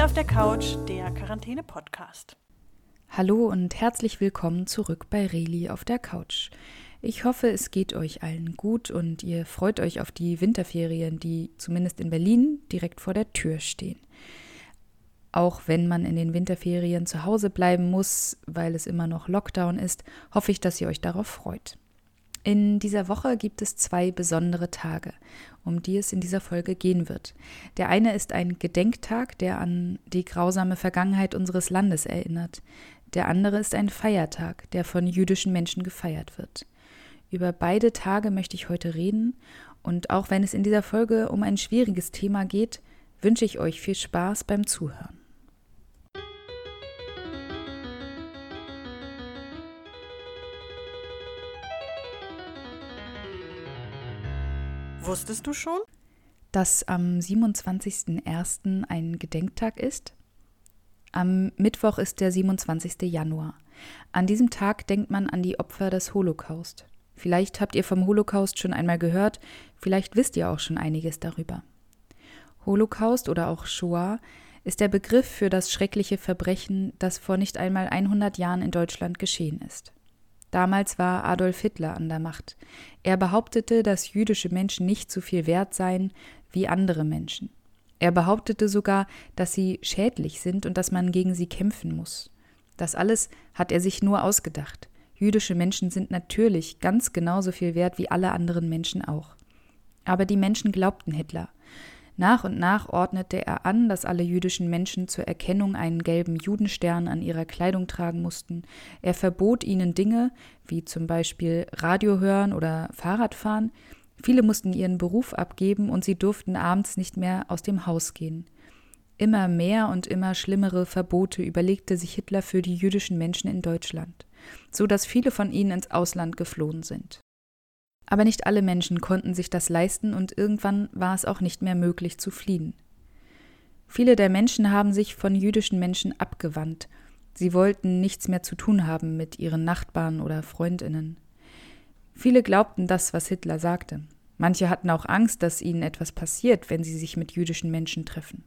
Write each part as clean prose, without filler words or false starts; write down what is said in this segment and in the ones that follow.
auf der Couch, der Quarantäne-Podcast. Hallo und herzlich willkommen zurück bei Reli auf der Couch. Ich hoffe, es geht euch allen gut und ihr freut euch auf die Winterferien, die zumindest in Berlin direkt vor der Tür stehen. Auch wenn man in den Winterferien zu Hause bleiben muss, weil es immer noch Lockdown ist, hoffe ich, dass ihr euch darauf freut. In dieser Woche gibt es 2 besondere Tage, um die es in dieser Folge gehen wird. Der eine ist ein Gedenktag, der an die grausame Vergangenheit unseres Landes erinnert. Der andere ist ein Feiertag, der von jüdischen Menschen gefeiert wird. Über beide Tage möchte ich heute reden und auch wenn es in dieser Folge um ein schwieriges Thema geht, wünsche ich euch viel Spaß beim Zuhören. Wusstest du schon? Dass am 27.01. ein Gedenktag ist? Am Mittwoch ist der 27. Januar. An diesem Tag denkt man an die Opfer des Holocaust. Vielleicht habt ihr vom Holocaust schon einmal gehört, vielleicht wisst ihr auch schon einiges darüber. Holocaust oder auch Shoah ist der Begriff für das schreckliche Verbrechen, das vor nicht einmal 100 Jahren in Deutschland geschehen ist. Damals war Adolf Hitler an der Macht. Er behauptete, dass jüdische Menschen nicht so viel wert seien wie andere Menschen. Er behauptete sogar, dass sie schädlich sind und dass man gegen sie kämpfen muss. Das alles hat er sich nur ausgedacht. Jüdische Menschen sind natürlich ganz genauso viel wert wie alle anderen Menschen auch. Aber die Menschen glaubten Hitler. Nach und nach ordnete er an, dass alle jüdischen Menschen zur Erkennung einen gelben Judenstern an ihrer Kleidung tragen mussten. Er verbot ihnen Dinge, wie zum Beispiel Radio hören oder Fahrradfahren. Viele mussten ihren Beruf abgeben und sie durften abends nicht mehr aus dem Haus gehen. Immer mehr und immer schlimmere Verbote überlegte sich Hitler für die jüdischen Menschen in Deutschland, so dass viele von ihnen ins Ausland geflohen sind. Aber nicht alle Menschen konnten sich das leisten und irgendwann war es auch nicht mehr möglich zu fliehen. Viele der Menschen haben sich von jüdischen Menschen abgewandt. Sie wollten nichts mehr zu tun haben mit ihren Nachbarn oder Freundinnen. Viele glaubten das, was Hitler sagte. Manche hatten auch Angst, dass ihnen etwas passiert, wenn sie sich mit jüdischen Menschen treffen.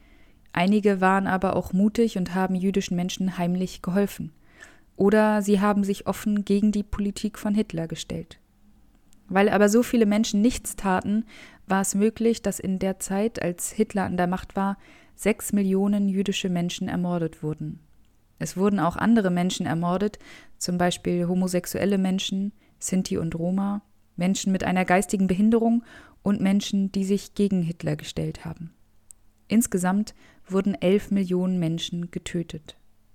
Einige waren aber auch mutig und haben jüdischen Menschen heimlich geholfen. Oder sie haben sich offen gegen die Politik von Hitler gestellt. Weil aber so viele Menschen nichts taten, war es möglich, dass in der Zeit, als Hitler an der Macht war, 6 Millionen jüdische Menschen ermordet wurden. Es wurden auch andere Menschen ermordet, zum Beispiel homosexuelle Menschen, Sinti und Roma, Menschen mit einer geistigen Behinderung und Menschen, die sich gegen Hitler gestellt haben. Insgesamt wurden 11 Millionen Menschen getötet.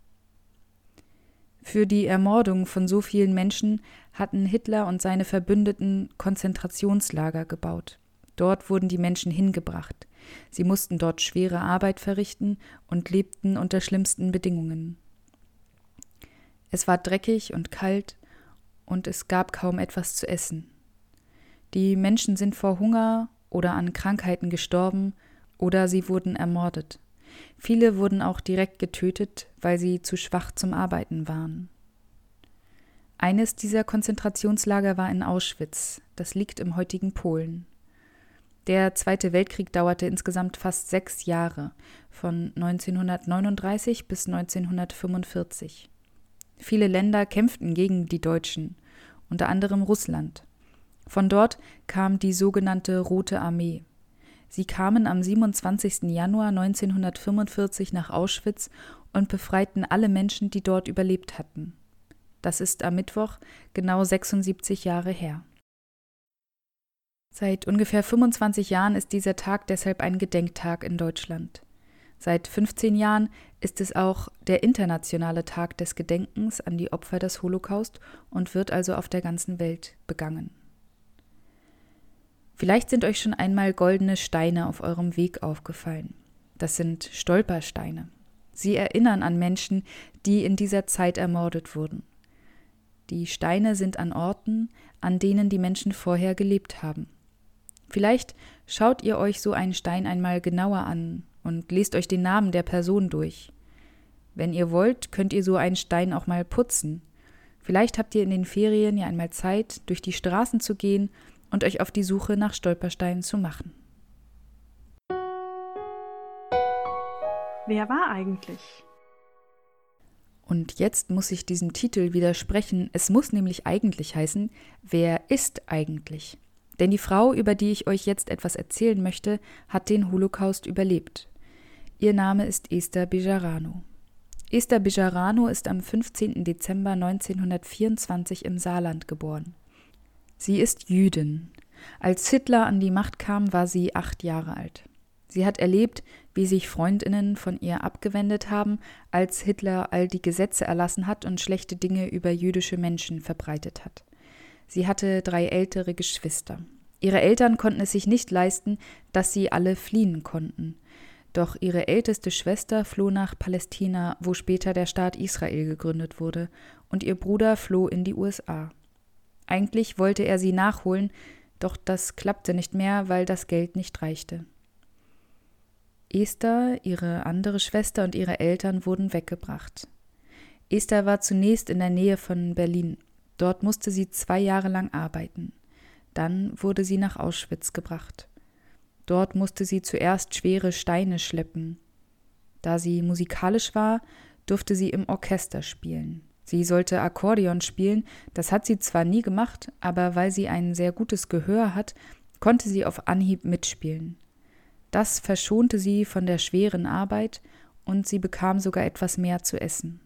Für die Ermordung von so vielen Menschen hatten Hitler und seine Verbündeten Konzentrationslager gebaut. Dort wurden die Menschen hingebracht. Sie mussten dort schwere Arbeit verrichten und lebten unter schlimmsten Bedingungen. Es war dreckig und kalt und es gab kaum etwas zu essen. Die Menschen sind vor Hunger oder an Krankheiten gestorben oder sie wurden ermordet. Viele wurden auch direkt getötet, weil sie zu schwach zum Arbeiten waren. Eines dieser Konzentrationslager war in Auschwitz, das liegt im heutigen Polen. Der Zweite Weltkrieg dauerte insgesamt fast 6 Jahre, von 1939 bis 1945. Viele Länder kämpften gegen die Deutschen, unter anderem Russland. Von dort kam die sogenannte Rote Armee. Sie kamen am 27. Januar 1945 nach Auschwitz und befreiten alle Menschen, die dort überlebt hatten. Das ist am Mittwoch genau 76 Jahre her. Seit ungefähr 25 Jahren ist dieser Tag deshalb ein Gedenktag in Deutschland. Seit 15 Jahren ist es auch der internationale Tag des Gedenkens an die Opfer des Holocaust und wird also auf der ganzen Welt begangen. Vielleicht sind euch schon einmal goldene Steine auf eurem Weg aufgefallen. Das sind Stolpersteine. Sie erinnern an Menschen, die in dieser Zeit ermordet wurden. Die Steine sind an Orten, an denen die Menschen vorher gelebt haben. Vielleicht schaut ihr euch so einen Stein einmal genauer an und lest euch den Namen der Person durch. Wenn ihr wollt, könnt ihr so einen Stein auch mal putzen. Vielleicht habt ihr in den Ferien ja einmal Zeit, durch die Straßen zu gehen und euch auf die Suche nach Stolpersteinen zu machen. Wer war eigentlich? Und jetzt muss ich diesem Titel widersprechen. Es muss nämlich eigentlich heißen, wer ist eigentlich? Denn die Frau, über die ich euch jetzt etwas erzählen möchte, hat den Holocaust überlebt. Ihr Name ist Esther Bejarano. Esther Bejarano ist am 15. Dezember 1924 im Saarland geboren. Sie ist Jüdin. Als Hitler an die Macht kam, war sie 8 Jahre alt. Sie hat erlebt, wie sich Freundinnen von ihr abgewendet haben, als Hitler all die Gesetze erlassen hat und schlechte Dinge über jüdische Menschen verbreitet hat. Sie hatte 3 ältere Geschwister. Ihre Eltern konnten es sich nicht leisten, dass sie alle fliehen konnten. Doch ihre älteste Schwester floh nach Palästina, wo später der Staat Israel gegründet wurde, und ihr Bruder floh in die USA. Eigentlich wollte er sie nachholen, doch das klappte nicht mehr, weil das Geld nicht reichte. Esther, ihre andere Schwester und ihre Eltern wurden weggebracht. Esther war zunächst in der Nähe von Berlin. Dort musste sie 2 Jahre lang arbeiten. Dann wurde sie nach Auschwitz gebracht. Dort musste sie zuerst schwere Steine schleppen. Da sie musikalisch war, durfte sie im Orchester spielen. Sie sollte Akkordeon spielen, das hat sie zwar nie gemacht, aber weil sie ein sehr gutes Gehör hat, konnte sie auf Anhieb mitspielen. Das verschonte sie von der schweren Arbeit und sie bekam sogar etwas mehr zu essen.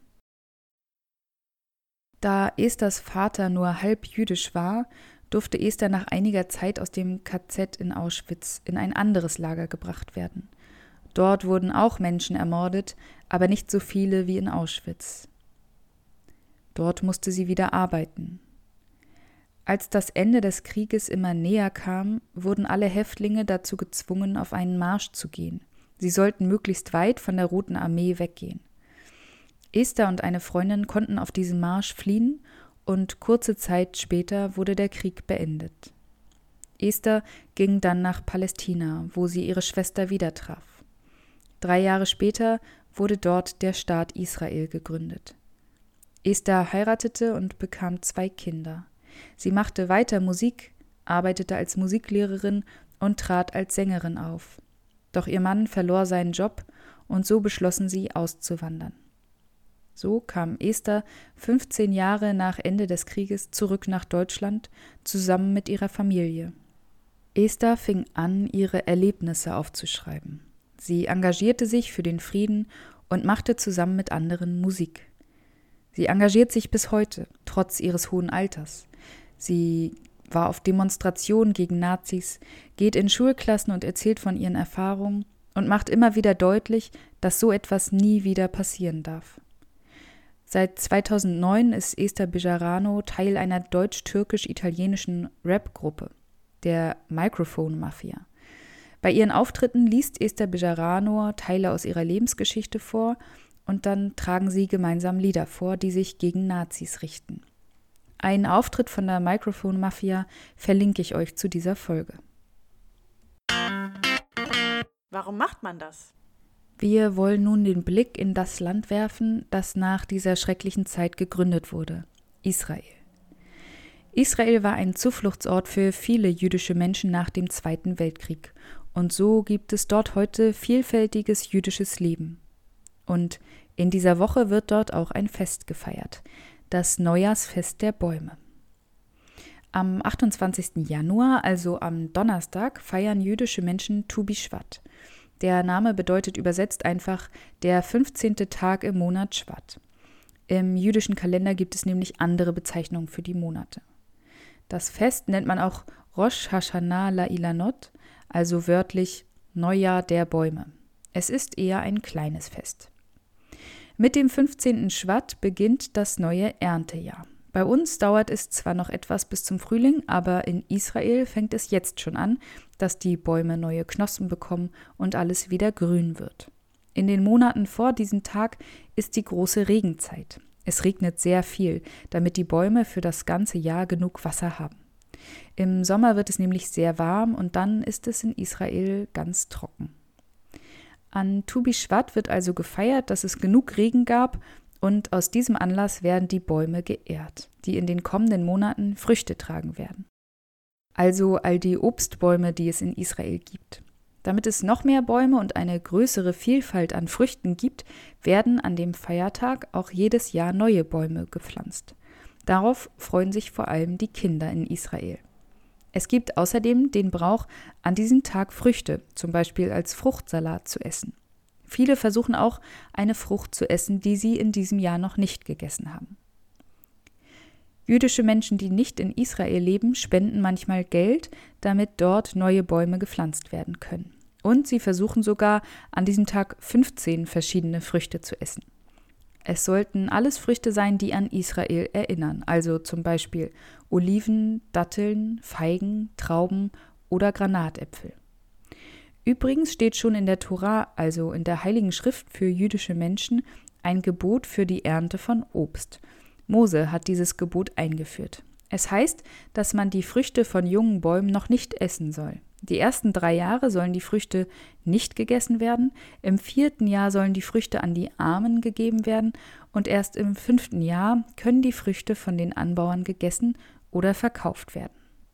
Da Esthers Vater nur halb jüdisch war, durfte Esther nach einiger Zeit aus dem KZ in Auschwitz in ein anderes Lager gebracht werden. Dort wurden auch Menschen ermordet, aber nicht so viele wie in Auschwitz. Dort musste sie wieder arbeiten. Als das Ende des Krieges immer näher kam, wurden alle Häftlinge dazu gezwungen, auf einen Marsch zu gehen. Sie sollten möglichst weit von der Roten Armee weggehen. Esther und eine Freundin konnten auf diesem Marsch fliehen und kurze Zeit später wurde der Krieg beendet. Esther ging dann nach Palästina, wo sie ihre Schwester wieder traf. 3 Jahre später wurde dort der Staat Israel gegründet. Esther heiratete und bekam 2 Kinder. Sie machte weiter Musik, arbeitete als Musiklehrerin und trat als Sängerin auf. Doch ihr Mann verlor seinen Job und so beschlossen sie, auszuwandern. So kam Esther 15 Jahre nach Ende des Krieges zurück nach Deutschland, zusammen mit ihrer Familie. Esther fing an, ihre Erlebnisse aufzuschreiben. Sie engagierte sich für den Frieden und machte zusammen mit anderen Musik. Sie engagiert sich bis heute, trotz ihres hohen Alters. Sie war auf Demonstrationen gegen Nazis, geht in Schulklassen und erzählt von ihren Erfahrungen und macht immer wieder deutlich, dass so etwas nie wieder passieren darf. Seit 2009 ist Esther Bejarano Teil einer deutsch-türkisch-italienischen Rap-Gruppe, der Microphone Mafia. Bei ihren Auftritten liest Esther Bejarano Teile aus ihrer Lebensgeschichte vor und dann tragen sie gemeinsam Lieder vor, die sich gegen Nazis richten. Einen Auftritt von der Microphone Mafia verlinke ich euch zu dieser Folge. Warum macht man das? Wir wollen nun den Blick in das Land werfen, das nach dieser schrecklichen Zeit gegründet wurde: Israel. Israel war ein Zufluchtsort für viele jüdische Menschen nach dem Zweiten Weltkrieg. Und so gibt es dort heute vielfältiges jüdisches Leben. Und in dieser Woche wird dort auch ein Fest gefeiert: das Neujahrsfest der Bäume. Am 28. Januar, also am Donnerstag, feiern jüdische Menschen Tu Bishvat. Der Name bedeutet übersetzt einfach der 15. Tag im Monat Schvat. Im jüdischen Kalender gibt es nämlich andere Bezeichnungen für die Monate. Das Fest nennt man auch Rosh Hashanah La'ilanot, also wörtlich Neujahr der Bäume. Es ist eher ein kleines Fest. Mit dem 15. Schvat beginnt das neue Erntejahr. Bei uns dauert es zwar noch etwas bis zum Frühling, aber in Israel fängt es jetzt schon an, dass die Bäume neue Knospen bekommen und alles wieder grün wird. In den Monaten vor diesem Tag ist die große Regenzeit. Es regnet sehr viel, damit die Bäume für das ganze Jahr genug Wasser haben. Im Sommer wird es nämlich sehr warm und dann ist es in Israel ganz trocken. An Tu Bishvat wird also gefeiert, dass es genug Regen gab, und aus diesem Anlass werden die Bäume geehrt, die in den kommenden Monaten Früchte tragen werden. Also all die Obstbäume, die es in Israel gibt. Damit es noch mehr Bäume und eine größere Vielfalt an Früchten gibt, werden an dem Feiertag auch jedes Jahr neue Bäume gepflanzt. Darauf freuen sich vor allem die Kinder in Israel. Es gibt außerdem den Brauch, an diesem Tag Früchte, zum Beispiel als Fruchtsalat, zu essen. Viele versuchen auch, eine Frucht zu essen, die sie in diesem Jahr noch nicht gegessen haben. Jüdische Menschen, die nicht in Israel leben, spenden manchmal Geld, damit dort neue Bäume gepflanzt werden können. Und sie versuchen sogar, an diesem Tag 15 verschiedene Früchte zu essen. Es sollten alles Früchte sein, die an Israel erinnern, also zum Beispiel Oliven, Datteln, Feigen, Trauben oder Granatäpfel. Übrigens steht schon in der Tora, also in der Heiligen Schrift für jüdische Menschen, ein Gebot für die Ernte von Obst. Mose hat dieses Gebot eingeführt. Es heißt, dass man die Früchte von jungen Bäumen noch nicht essen soll. Die ersten 3 Jahre sollen die Früchte nicht gegessen werden, im 4. Jahr sollen die Früchte an die Armen gegeben werden und erst im 5. Jahr können die Früchte von den Anbauern gegessen oder verkauft werden.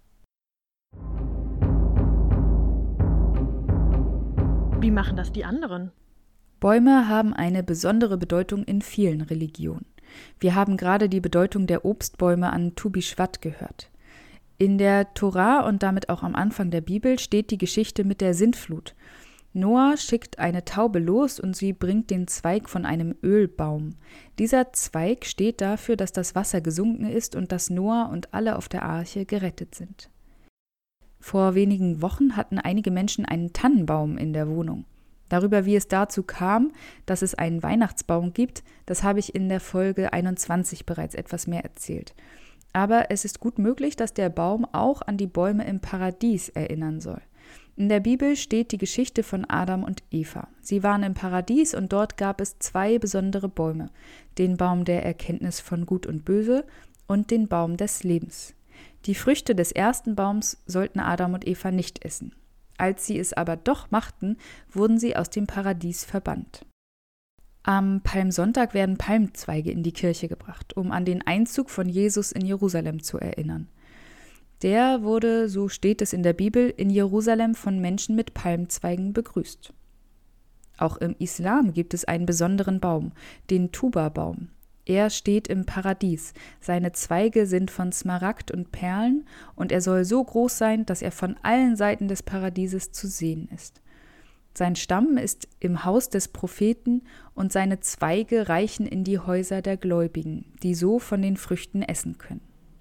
Wie machen das die anderen? Bäume haben eine besondere Bedeutung in vielen Religionen. Wir haben gerade die Bedeutung der Obstbäume an Tu Bishvat gehört. In der Tora und damit auch am Anfang der Bibel steht die Geschichte mit der Sintflut. Noah schickt eine Taube los und sie bringt den Zweig von einem Ölbaum. Dieser Zweig steht dafür, dass das Wasser gesunken ist und dass Noah und alle auf der Arche gerettet sind. Vor wenigen Wochen hatten einige Menschen einen Tannenbaum in der Wohnung. Darüber, wie es dazu kam, dass es einen Weihnachtsbaum gibt, das habe ich in der Folge 21 bereits etwas mehr erzählt. Aber es ist gut möglich, dass der Baum auch an die Bäume im Paradies erinnern soll. In der Bibel steht die Geschichte von Adam und Eva. Sie waren im Paradies und dort gab es 2 besondere Bäume, den Baum der Erkenntnis von Gut und Böse und den Baum des Lebens. Die Früchte des ersten Baums sollten Adam und Eva nicht essen. Als sie es aber doch machten, wurden sie aus dem Paradies verbannt. Am Palmsonntag werden Palmzweige in die Kirche gebracht, um an den Einzug von Jesus in Jerusalem zu erinnern. Der wurde, so steht es in der Bibel, in Jerusalem von Menschen mit Palmzweigen begrüßt. Auch im Islam gibt es einen besonderen Baum, den Tuba-Baum. Er steht im Paradies. Seine Zweige sind von Smaragd und Perlen und er soll so groß sein, dass er von allen Seiten des Paradieses zu sehen ist. Sein Stamm ist im Haus des Propheten und seine Zweige reichen in die Häuser der Gläubigen, die so von den Früchten essen können.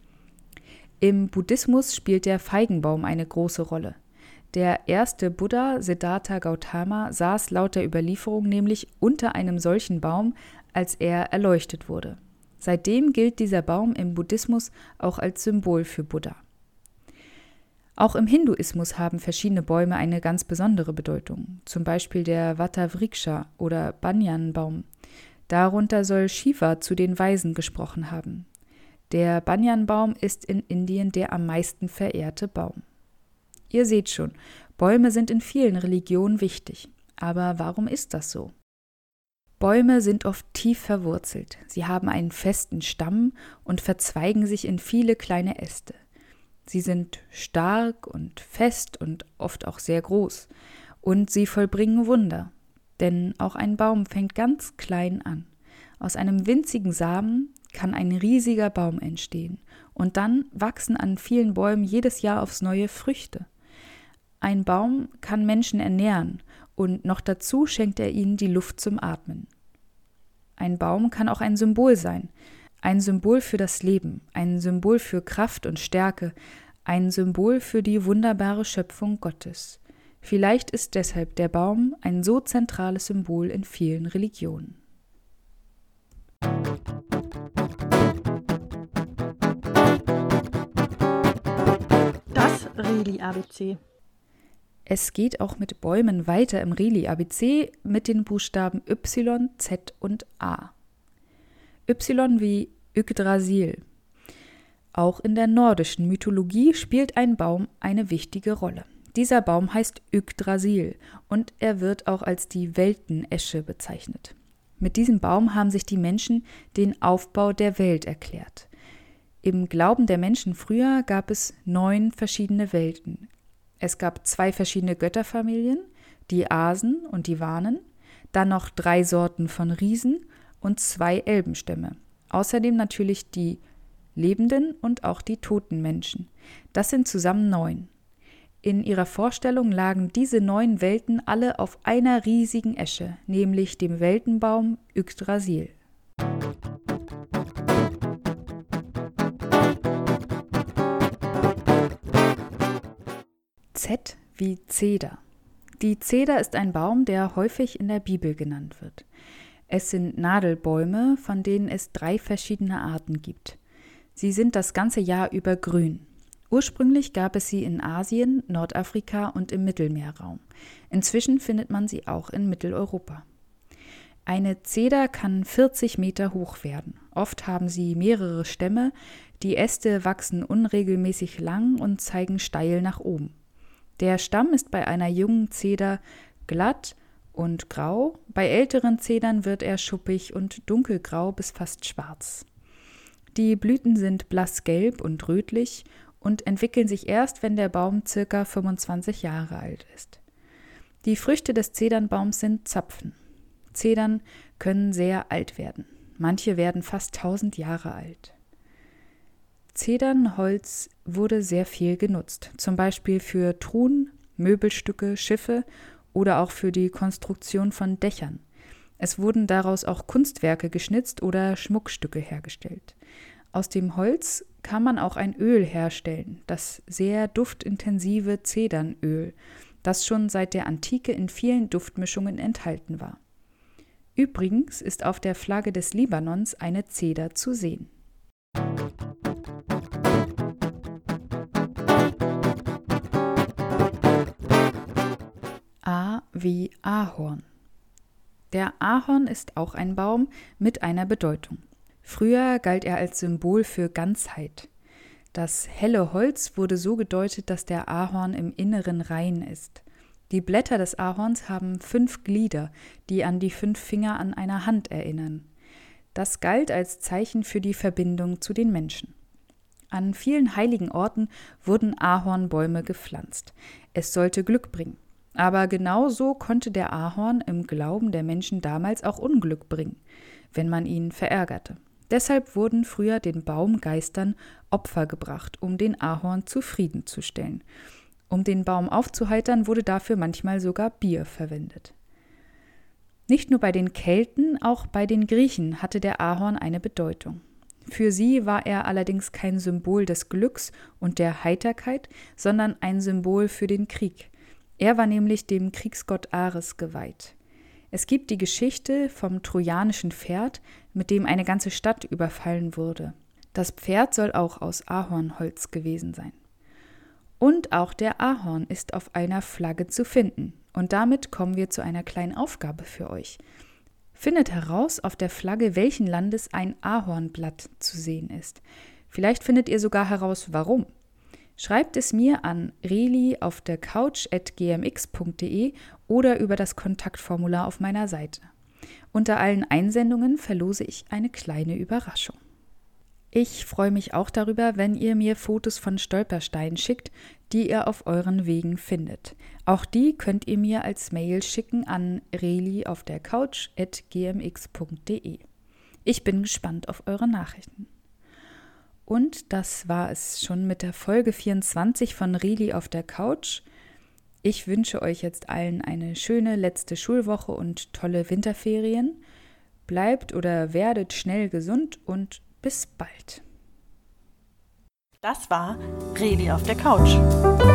Im Buddhismus spielt der Feigenbaum eine große Rolle. Der erste Buddha, Siddhartha Gautama, saß laut der Überlieferung nämlich unter einem solchen Baum, als er erleuchtet wurde. Seitdem gilt dieser Baum im Buddhismus auch als Symbol für Buddha. Auch im Hinduismus haben verschiedene Bäume eine ganz besondere Bedeutung, zum Beispiel der Vatavriksha oder Banyanbaum. Darunter soll Shiva zu den Weisen gesprochen haben. Der Banyanbaum ist in Indien der am meisten verehrte Baum. Ihr seht schon, Bäume sind in vielen Religionen wichtig. Aber warum ist das so? Bäume sind oft tief verwurzelt. Sie haben einen festen Stamm und verzweigen sich in viele kleine Äste. Sie sind stark und fest und oft auch sehr groß. Und sie vollbringen Wunder. Denn auch ein Baum fängt ganz klein an. Aus einem winzigen Samen kann ein riesiger Baum entstehen. Und dann wachsen an vielen Bäumen jedes Jahr aufs neue Früchte. Ein Baum kann Menschen ernähren und noch dazu schenkt er ihnen die Luft zum Atmen. Ein Baum kann auch ein Symbol sein. Ein Symbol für das Leben, ein Symbol für Kraft und Stärke, ein Symbol für die wunderbare Schöpfung Gottes. Vielleicht ist deshalb der Baum ein so zentrales Symbol in vielen Religionen. Das Reli-ABC. Es geht auch mit Bäumen weiter im Reli-ABC mit den Buchstaben Y, Z und A. Y wie Yggdrasil. Auch in der nordischen Mythologie spielt ein Baum eine wichtige Rolle. Dieser Baum heißt Yggdrasil und er wird auch als die Weltenesche bezeichnet. Mit diesem Baum haben sich die Menschen den Aufbau der Welt erklärt. Im Glauben der Menschen früher gab es 9 verschiedene Welten. Es gab 2 verschiedene Götterfamilien, die Asen und die Warnen, dann noch 3 Sorten von Riesen und 2 Elbenstämme. Außerdem natürlich die lebenden und auch die toten Menschen. Das sind zusammen 9. In ihrer Vorstellung lagen diese 9 Welten alle auf einer riesigen Esche, nämlich dem Weltenbaum Yggdrasil. Z wie Zeder. Die Zeder ist ein Baum, der häufig in der Bibel genannt wird. Es sind Nadelbäume, von denen es 3 verschiedene Arten gibt. Sie sind das ganze Jahr über grün. Ursprünglich gab es sie in Asien, Nordafrika und im Mittelmeerraum. Inzwischen findet man sie auch in Mitteleuropa. Eine Zeder kann 40 Meter hoch werden. Oft haben sie mehrere Stämme, die Äste wachsen unregelmäßig lang und zeigen steil nach oben. Der Stamm ist bei einer jungen Zeder glatt und grau, bei älteren Zedern wird er schuppig und dunkelgrau bis fast schwarz. Die Blüten sind blassgelb und rötlich und entwickeln sich erst, wenn der Baum ca. 25 Jahre alt ist. Die Früchte des Zedernbaums sind Zapfen. Zedern können sehr alt werden. Manche werden fast 1000 Jahre alt. Zedernholz wurde sehr viel genutzt, zum Beispiel für Truhen, Möbelstücke, Schiffe oder auch für die Konstruktion von Dächern. Es wurden daraus auch Kunstwerke geschnitzt oder Schmuckstücke hergestellt. Aus dem Holz kann man auch ein Öl herstellen, das sehr duftintensive Zedernöl, das schon seit der Antike in vielen Duftmischungen enthalten war. Übrigens ist auf der Flagge des Libanons eine Zeder zu sehen. A wie Ahorn. Der Ahorn ist auch ein Baum mit einer Bedeutung. Früher galt er als Symbol für Ganzheit. Das helle Holz wurde so gedeutet, dass der Ahorn im Inneren rein ist. Die Blätter des Ahorns haben 5 Glieder, die an die 5 Finger an einer Hand erinnern. Das galt als Zeichen für die Verbindung zu den Menschen. An vielen heiligen Orten wurden Ahornbäume gepflanzt. Es sollte Glück bringen. Aber genauso konnte der Ahorn im Glauben der Menschen damals auch Unglück bringen, wenn man ihn verärgerte. Deshalb wurden früher den Baumgeistern Opfer gebracht, um den Ahorn zufriedenzustellen. Um den Baum aufzuheitern, wurde dafür manchmal sogar Bier verwendet. Nicht nur bei den Kelten, auch bei den Griechen hatte der Ahorn eine Bedeutung. Für sie war er allerdings kein Symbol des Glücks und der Heiterkeit, sondern ein Symbol für den Krieg. Er war nämlich dem Kriegsgott Ares geweiht. Es gibt die Geschichte vom trojanischen Pferd, mit dem eine ganze Stadt überfallen wurde. Das Pferd soll auch aus Ahornholz gewesen sein. Und auch der Ahorn ist auf einer Flagge zu finden. Und damit kommen wir zu einer kleinen Aufgabe für euch. Findet heraus auf der Flagge, welchen Landes ein Ahornblatt zu sehen ist. Vielleicht findet ihr sogar heraus, warum. Schreibt es mir an reli@gmx.de oder über das Kontaktformular auf meiner Seite. Unter allen Einsendungen verlose ich eine kleine Überraschung. Ich freue mich auch darüber, wenn ihr mir Fotos von Stolpersteinen schickt, die ihr auf euren Wegen findet. Auch die könnt ihr mir als Mail schicken an reli@gmx.de. Ich bin gespannt auf eure Nachrichten. Und das war es schon mit der Folge 24 von Reli auf der Couch. Ich wünsche euch jetzt allen eine schöne letzte Schulwoche und tolle Winterferien. Bleibt oder werdet schnell gesund und bis bald. Das war Reli auf der Couch.